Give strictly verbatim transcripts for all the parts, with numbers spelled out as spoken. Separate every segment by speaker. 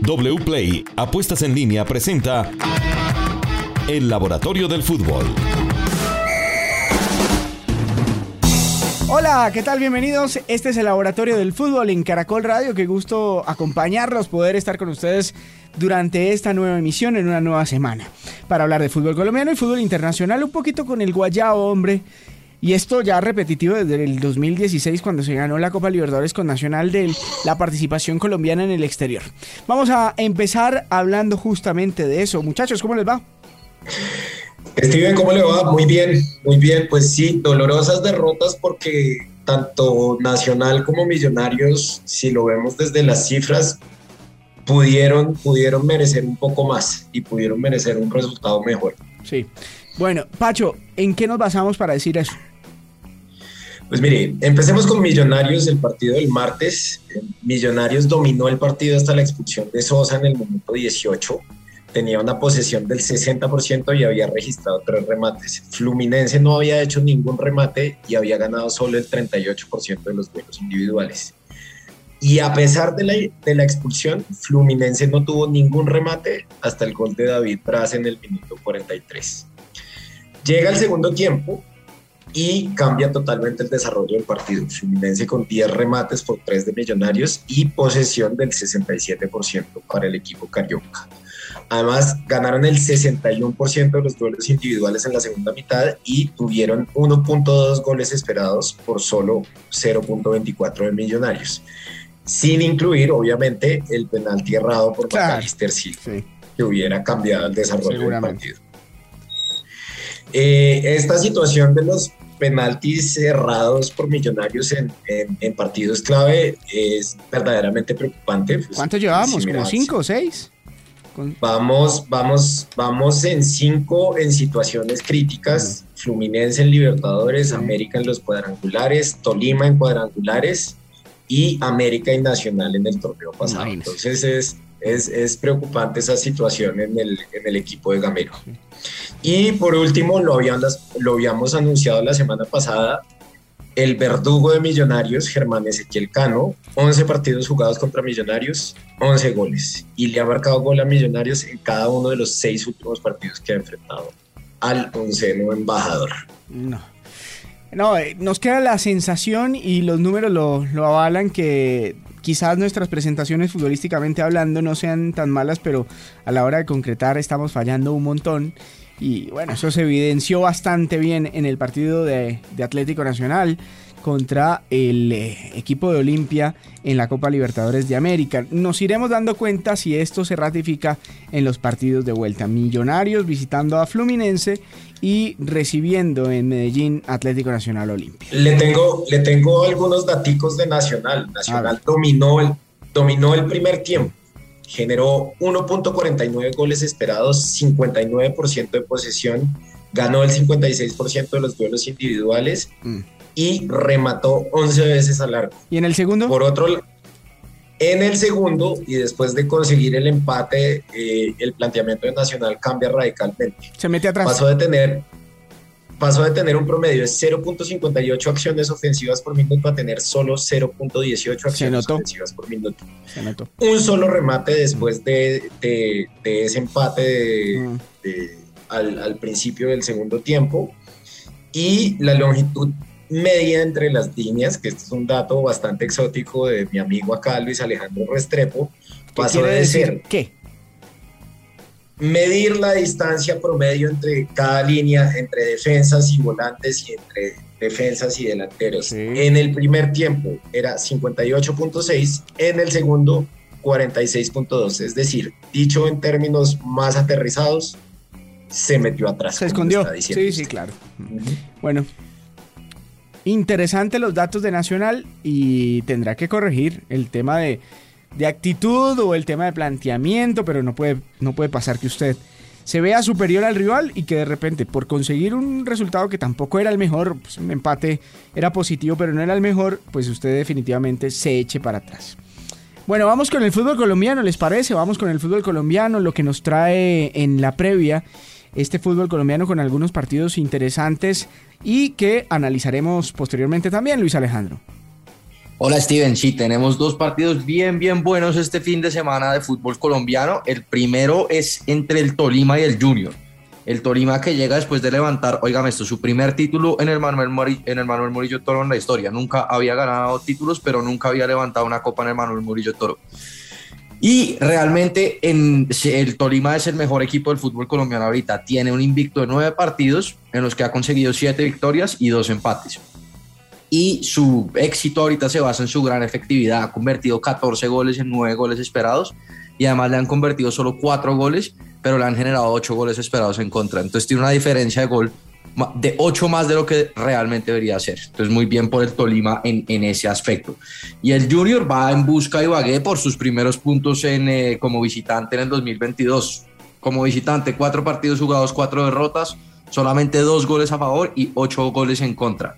Speaker 1: Wplay Apuestas en Línea presenta El Laboratorio del Fútbol.
Speaker 2: Hola, ¿qué tal? Bienvenidos. Este es el Laboratorio del Fútbol en Caracol Radio. Qué gusto acompañarlos, poder estar con ustedes durante esta nueva emisión en una nueva semana para hablar de fútbol colombiano y fútbol internacional, un poquito con el guayabo, hombre. Y esto ya repetitivo desde el dos mil dieciséis, cuando se ganó la Copa Libertadores con Nacional, de la participación colombiana en el exterior. Vamos a empezar hablando justamente de eso. Muchachos, ¿cómo les va?
Speaker 3: Steven, ¿cómo le va? Muy bien, muy bien. Pues sí, dolorosas derrotas porque tanto Nacional como Millonarios, si lo vemos desde las cifras, pudieron, pudieron merecer un poco más y pudieron merecer un resultado mejor.
Speaker 2: Sí. Bueno, Pacho, ¿en qué nos basamos para decir eso?
Speaker 3: Pues mire, empecemos con Millonarios, el partido del martes. Millonarios dominó el partido hasta la expulsión de Sosa en el minuto dieciocho. Tenía una posesión del sesenta por ciento y había registrado tres remates. Fluminense no había hecho ningún remate y había ganado solo el treinta y ocho por ciento de los duelos individuales. Y a pesar de la, de la expulsión, Fluminense no tuvo ningún remate hasta el gol de David Braz en el minuto cuarenta y tres. Llega el segundo tiempo y cambia totalmente el desarrollo del partido. Fluminense con diez remates por tres de Millonarios y posesión del sesenta y siete por ciento para el equipo carioca. Además, ganaron el sesenta y uno por ciento de los duelos individuales en la segunda mitad y tuvieron uno punto dos goles esperados por solo cero punto veinticuatro de Millonarios. Sin incluir, obviamente, el penalti errado por
Speaker 2: Claro,
Speaker 3: McAllister Silva,
Speaker 2: sí,
Speaker 3: que hubiera cambiado el desarrollo del partido. Eh, esta situación de los penaltis cerrados por Millonarios en, en, en partidos clave es verdaderamente preocupante. Pues,
Speaker 2: ¿cuántos llevamos?
Speaker 3: si
Speaker 2: ¿Como
Speaker 3: miramos,
Speaker 2: cinco o seis? Con...
Speaker 3: Vamos, vamos, vamos en cinco en situaciones críticas. Mm. Fluminense en Libertadores, sí. América en los cuadrangulares, Tolima en cuadrangulares y América y Nacional en el torneo pasado. Nice. Entonces es, es, es preocupante esa situación en el, en el equipo de Gamero. Sí. Y por último, lo, habían, lo habíamos anunciado la semana pasada, el verdugo de Millonarios, Germán Ezequiel Cano, once partidos jugados contra Millonarios, once goles. Y le ha marcado gol a Millonarios en cada uno de los seis últimos partidos que ha enfrentado al onceno embajador.
Speaker 2: No, no eh, nos queda la sensación y los números lo, lo avalan que quizás nuestras presentaciones futbolísticamente hablando no sean tan malas, pero a la hora de concretar estamos fallando un montón. Y bueno, eso se evidenció bastante bien en el partido de, de Atlético Nacional contra el eh, equipo de Olimpia en la Copa Libertadores de América. Nos iremos dando cuenta si esto se ratifica en los partidos de vuelta. Millonarios visitando a Fluminense y recibiendo en Medellín Atlético Nacional Olimpia.
Speaker 3: Le tengo, le tengo algunos daticos de Nacional. Nacional dominó el, dominó el primer tiempo. Generó uno punto cuarenta y nueve goles esperados, cincuenta y nueve por ciento de posesión, ganó el cincuenta y seis por ciento de los duelos individuales mm. y remató once veces al arco.
Speaker 2: ¿Y en el segundo?
Speaker 3: Por otro lado, en el segundo, y después de conseguir el empate, eh, el planteamiento de Nacional cambia radicalmente.
Speaker 2: Se mete atrás.
Speaker 3: Pasó de tener, pasó de tener un promedio de cero punto cincuenta y ocho acciones ofensivas por minuto a tener solo cero punto dieciocho acciones ofensivas por minuto.
Speaker 2: Se notó.
Speaker 3: Un solo remate después de, de, de ese empate de, mm. de, al, al principio del segundo tiempo. Y la longitud media entre las líneas, que este es un dato bastante exótico de mi amigo acá, Luis Alejandro Restrepo, pasó de ser...
Speaker 2: ¿Qué?
Speaker 3: Medir la distancia promedio entre cada línea, entre defensas y volantes y entre defensas y delanteros. Sí. En el primer tiempo era cincuenta y ocho punto seis, en el segundo cuarenta y seis punto dos. Es decir, dicho en términos más aterrizados, se metió atrás.
Speaker 2: Se escondió. Sí, usted. sí, claro. Uh-huh. Bueno, interesante los datos de Nacional y tendrá que corregir el tema de... de actitud o el tema de planteamiento, pero no puede, no puede pasar que usted se vea superior al rival y que de repente por conseguir un resultado que tampoco era el mejor, pues un empate era positivo pero no era el mejor, pues usted definitivamente se eche para atrás. Bueno, vamos con el fútbol colombiano, ¿les parece? Vamos con el fútbol colombiano, lo que nos trae en la previa este fútbol colombiano con algunos partidos interesantes y que analizaremos posteriormente también, Luis Alejandro.
Speaker 4: Hola Steven, sí, tenemos dos partidos bien, bien buenos este fin de semana de fútbol colombiano. El primero es entre el Tolima y el Junior. El Tolima que llega después de levantar, óigame esto, su primer título en el Manuel Murillo, en el Manuel Murillo Toro en la historia. Nunca había ganado títulos, pero nunca había levantado una copa en el Manuel Murillo Toro. Y realmente en, el Tolima es el mejor equipo del fútbol colombiano ahorita. Tiene un invicto de nueve partidos en los que ha conseguido siete victorias y dos empates. Y su éxito ahorita se basa en su gran efectividad. Ha convertido catorce goles en nueve goles esperados y además le han convertido solo cuatro goles, pero le han generado ocho goles esperados en contra. Entonces tiene una diferencia de gol de ocho más de lo que realmente debería ser. Entonces muy bien por el Tolima en, en ese aspecto. Y el Junior va en busca de Ibagué por sus primeros puntos en, eh, como visitante en el dos mil veintidós. Como visitante, cuatro partidos jugados, cuatro derrotas, solamente dos goles a favor y ocho goles en contra.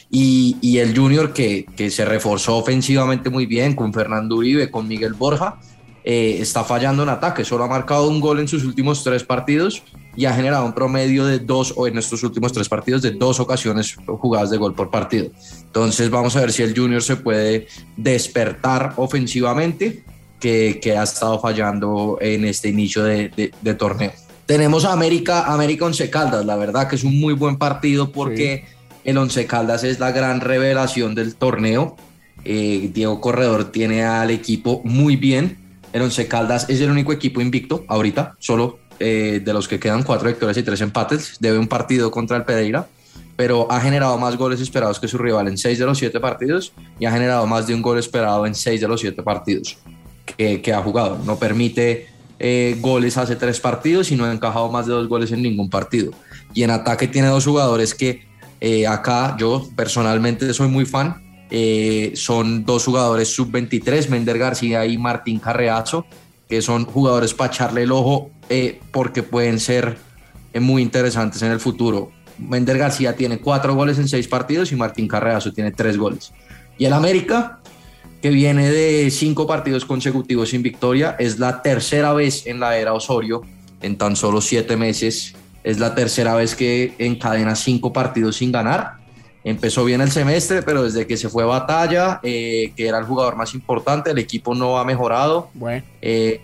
Speaker 4: Y, y el Junior que, que se reforzó ofensivamente muy bien con Fernando Uribe, con Miguel Borja, eh, está fallando en ataque, solo ha marcado un gol en sus últimos tres partidos y ha generado un promedio de dos, o en estos últimos tres partidos, de dos ocasiones jugadas de gol por partido. Entonces vamos a ver si el Junior se puede despertar ofensivamente, que, que ha estado fallando en este inicio de, de, de torneo. Tenemos a América, América Once Caldas, la verdad que es un muy buen partido porque sí. El Once Caldas es la gran revelación del torneo. Eh, Diego Corredor tiene al equipo muy bien. El Once Caldas es el único equipo invicto ahorita, solo eh, de los que quedan cuatro victorias y tres empates. Debe un partido contra el Pereira, pero ha generado más goles esperados que su rival en seis de los siete partidos y ha generado más de un gol esperado en seis de los siete partidos que, que ha jugado. No permite eh, goles hace tres partidos y no ha encajado más de dos goles en ningún partido. Y en ataque tiene dos jugadores que eh, acá yo personalmente soy muy fan. Eh, son dos jugadores sub veintitrés, Mender García y Martín Carreazo, que son jugadores para echarle el ojo eh, porque pueden ser eh, muy interesantes en el futuro. Mender García tiene cuatro goles en seis partidos y Martín Carreazo tiene tres goles. Y el América, que viene de cinco partidos consecutivos sin victoria, es la tercera vez en la era Osorio, en tan solo siete meses, es la tercera vez que encadena cinco partidos sin ganar. Empezó bien el semestre, pero desde que se fue Batalla, eh, que era el jugador más importante, el equipo no ha mejorado. Bueno. Eh,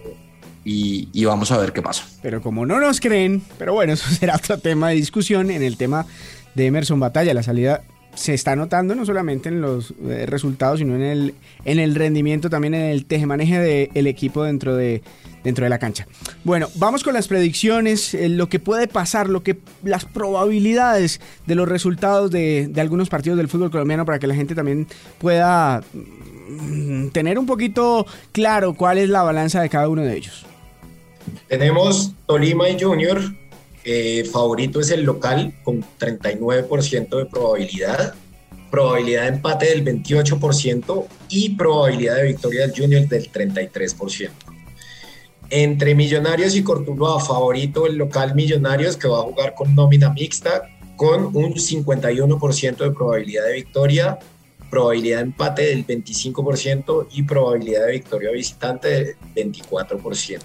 Speaker 4: y, y vamos a ver qué pasa.
Speaker 2: Pero como no nos creen, pero bueno, eso será otro tema de discusión. En el tema de Emerson Batalla, la salida se está notando no solamente en los eh, resultados, sino en el, en el rendimiento, también en el tejemaneje del equipo dentro de, dentro de la cancha. Bueno, vamos con las predicciones, eh, lo que puede pasar, lo que, las probabilidades de los resultados de, de algunos partidos del fútbol colombiano para que la gente también pueda mm, tener un poquito claro cuál es la balanza de cada uno de ellos.
Speaker 3: Tenemos Tolima y Junior. Eh, favorito es el local con treinta y nueve por ciento de probabilidad, probabilidad de empate del veintiocho por ciento y probabilidad de victoria del Junior del treinta y tres por ciento. Entre Millonarios y Cortuluá, favorito el local Millonarios, que va a jugar con nómina mixta con un cincuenta y uno por ciento de probabilidad de victoria, probabilidad de empate del veinticinco por ciento y probabilidad de victoria visitante del veinticuatro por ciento.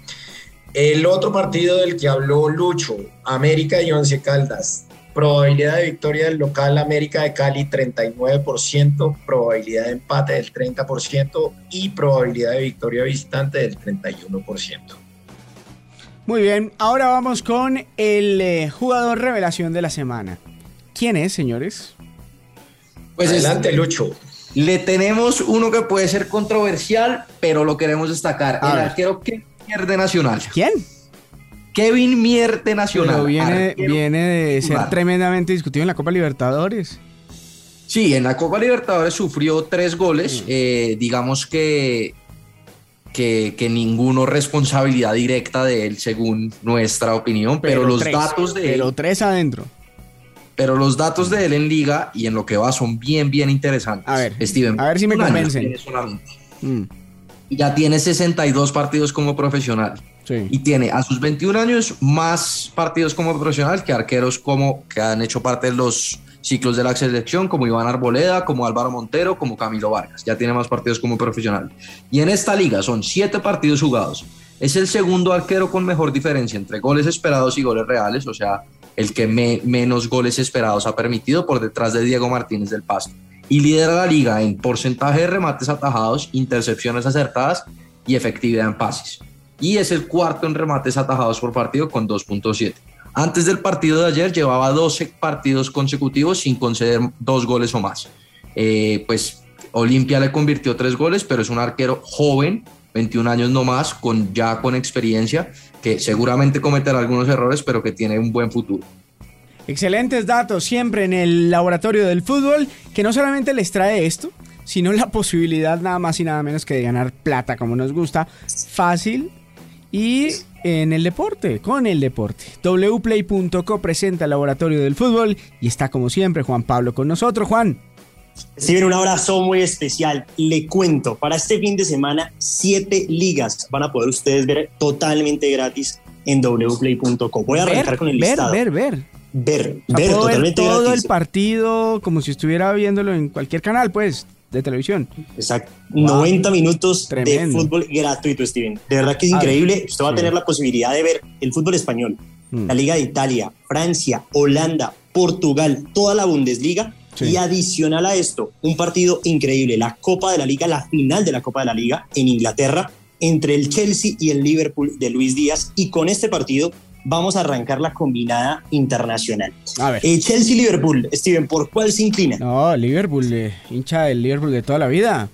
Speaker 3: El otro partido del que habló Lucho, América y Once Caldas, probabilidad de victoria del local América de Cali treinta y nueve por ciento, probabilidad de empate del treinta por ciento y probabilidad de victoria visitante del treinta y uno por ciento.
Speaker 2: Muy bien, ahora vamos con el eh, jugador revelación de la semana. ¿Quién es, señores?
Speaker 3: Pues adelante, es, Lucho.
Speaker 4: Le tenemos uno que puede ser controversial, pero lo queremos destacar. A el ver. arquero que Mier de Nacional.
Speaker 2: ¿Quién?
Speaker 4: Kevin Mier de Nacional.
Speaker 2: Pero viene, viene de ser vale. tremendamente discutido en la Copa Libertadores.
Speaker 4: Sí, en la Copa Libertadores sufrió tres goles. Mm. Eh, digamos que, que, que ninguno responsabilidad directa de él, según nuestra opinión. Pero, pero los tres, datos de
Speaker 2: pero él. Pero tres adentro.
Speaker 4: Pero los datos de él en Liga y en lo que va son bien, bien interesantes.
Speaker 2: A ver,
Speaker 4: Steven,
Speaker 2: a ver si me convencen.
Speaker 4: Mm. Ya tiene sesenta y dos partidos como profesional. Sí. Y tiene a sus veintiún años más partidos como profesional que arqueros como que han hecho parte de los ciclos de la selección, como Iván Arboleda, como Álvaro Montero, como Camilo Vargas. Ya tiene más partidos como profesional. Y en esta liga son siete partidos jugados. Es el segundo arquero con mejor diferencia entre goles esperados y goles reales, o sea, el que me, menos goles esperados ha permitido, por detrás de Diego Martínez del Pasto. y lidera la liga en porcentaje de remates atajados, intercepciones acertadas y efectividad en pases. Y es el cuarto en remates atajados por partido con dos punto siete. Antes del partido de ayer llevaba doce partidos consecutivos sin conceder dos goles o más. Eh, pues Olimpia le convirtió tres goles, pero es un arquero joven, veintiún años no más, con, ya con experiencia, que seguramente cometerá algunos errores, pero que tiene un buen futuro.
Speaker 2: Excelentes datos siempre en el laboratorio del fútbol, que no solamente les trae esto, sino la posibilidad nada más y nada menos que de ganar plata como nos gusta, fácil y en el deporte, con el deporte. w play punto co presenta el laboratorio del fútbol y está como siempre Juan Pablo con nosotros. Juan.
Speaker 5: Steven, un abrazo muy especial. Le cuento, para este fin de semana, siete ligas van a poder ustedes ver totalmente gratis en w play punto co. Voy a arrancar
Speaker 2: ver,
Speaker 5: con el
Speaker 2: ver,
Speaker 5: listado.
Speaker 2: Ver, ver,
Speaker 5: ver.
Speaker 2: O sea,
Speaker 5: ver,
Speaker 2: puedo
Speaker 5: totalmente
Speaker 2: ver todo
Speaker 5: gratis.
Speaker 2: el partido como si estuviera viéndolo en cualquier canal, pues, de televisión.
Speaker 5: Exacto.
Speaker 2: Wow.
Speaker 5: noventa minutos
Speaker 2: Tremendo.
Speaker 5: de fútbol gratuito, Steven. De verdad que es increíble. Ver, Usted va sí. a tener la posibilidad de ver el fútbol español, mm. la Liga de Italia, Francia, Holanda, Portugal, toda la Bundesliga. Sí. Y adicional a esto, un partido increíble, la Copa de la Liga, la final de la Copa de la Liga en Inglaterra, entre el Chelsea y el Liverpool de Luis Díaz. Y con este partido vamos a arrancar la combinada internacional.
Speaker 2: A ver.
Speaker 5: Eh, Chelsea-Liverpool, Steven, ¿por cuál se inclina?
Speaker 2: No, Liverpool, eh, hincha del Liverpool de toda la vida.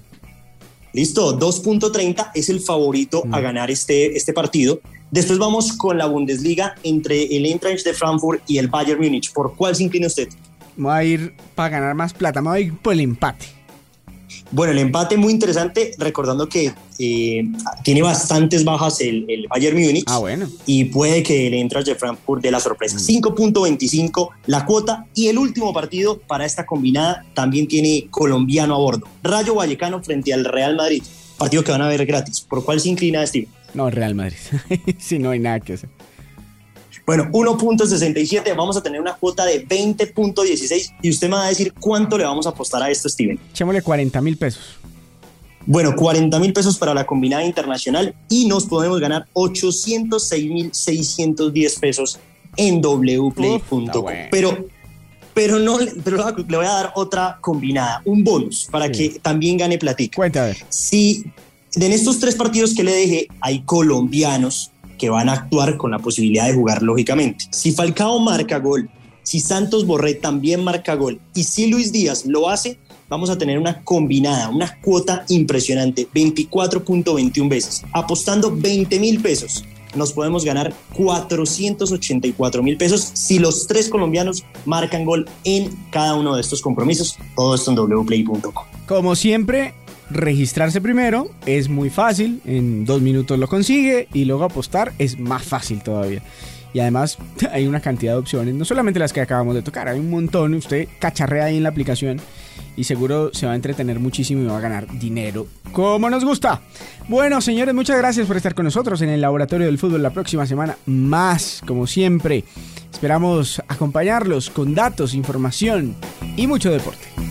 Speaker 5: Listo, dos punto treinta es el favorito mm. a ganar este, este partido. Después vamos con la Bundesliga entre el Eintracht de Frankfurt y el Bayern Múnich. ¿Por cuál se inclina usted?
Speaker 2: Me voy a ir para ganar más plata, me voy a ir por el empate.
Speaker 5: Bueno, el empate muy interesante, recordando que eh, tiene bastantes bajas el, el Bayern Múnich.
Speaker 2: Ah, bueno.
Speaker 5: Y puede que el Eintracht de Frankfurt dé la sorpresa. Mm. cinco punto veinticinco la cuota. Y el último partido para esta combinada también tiene colombiano a bordo. Rayo Vallecano frente al Real Madrid. Partido que van a ver gratis. ¿Por cuál se inclina, Steve?
Speaker 2: No, Real Madrid. Sí, no hay nada que hacer.
Speaker 5: Bueno, uno punto sesenta y siete, vamos a tener una cuota de veinte punto dieciséis y usted me va a decir cuánto le vamos a apostar a esto, Steven.
Speaker 2: Echémosle cuarenta mil pesos.
Speaker 5: Bueno, cuarenta mil pesos para la combinada internacional y nos podemos ganar ochocientos seis mil seiscientos diez pesos en w play punto com. Bueno. Pero, pero, no, pero le voy a dar otra combinada, un bonus para sí. que también gane platica.
Speaker 2: Cuéntame.
Speaker 5: Si en estos tres partidos que le dejé hay colombianos que van a actuar con la posibilidad de jugar lógicamente. Si Falcao marca gol, si Santos Borré también marca gol y si Luis Díaz lo hace, vamos a tener una combinada, una cuota impresionante, veinticuatro punto veintiuno veces. Apostando veinte mil pesos, nos podemos ganar cuatrocientos ochenta y cuatro mil pesos si los tres colombianos marcan gol en cada uno de estos compromisos. Todo esto en w play punto com.
Speaker 2: Como siempre, registrarse primero es muy fácil, en dos minutos lo consigue y luego apostar es más fácil todavía. Y además hay una cantidad de opciones, no solamente las que acabamos de tocar, hay un montón. Usted cacharrea ahí en la aplicación y seguro se va a entretener muchísimo y va a ganar dinero como nos gusta. Bueno, señores, muchas gracias por estar con nosotros en el Laboratorio del Fútbol. La próxima semana más, como siempre. Esperamos acompañarlos con datos, información y mucho deporte.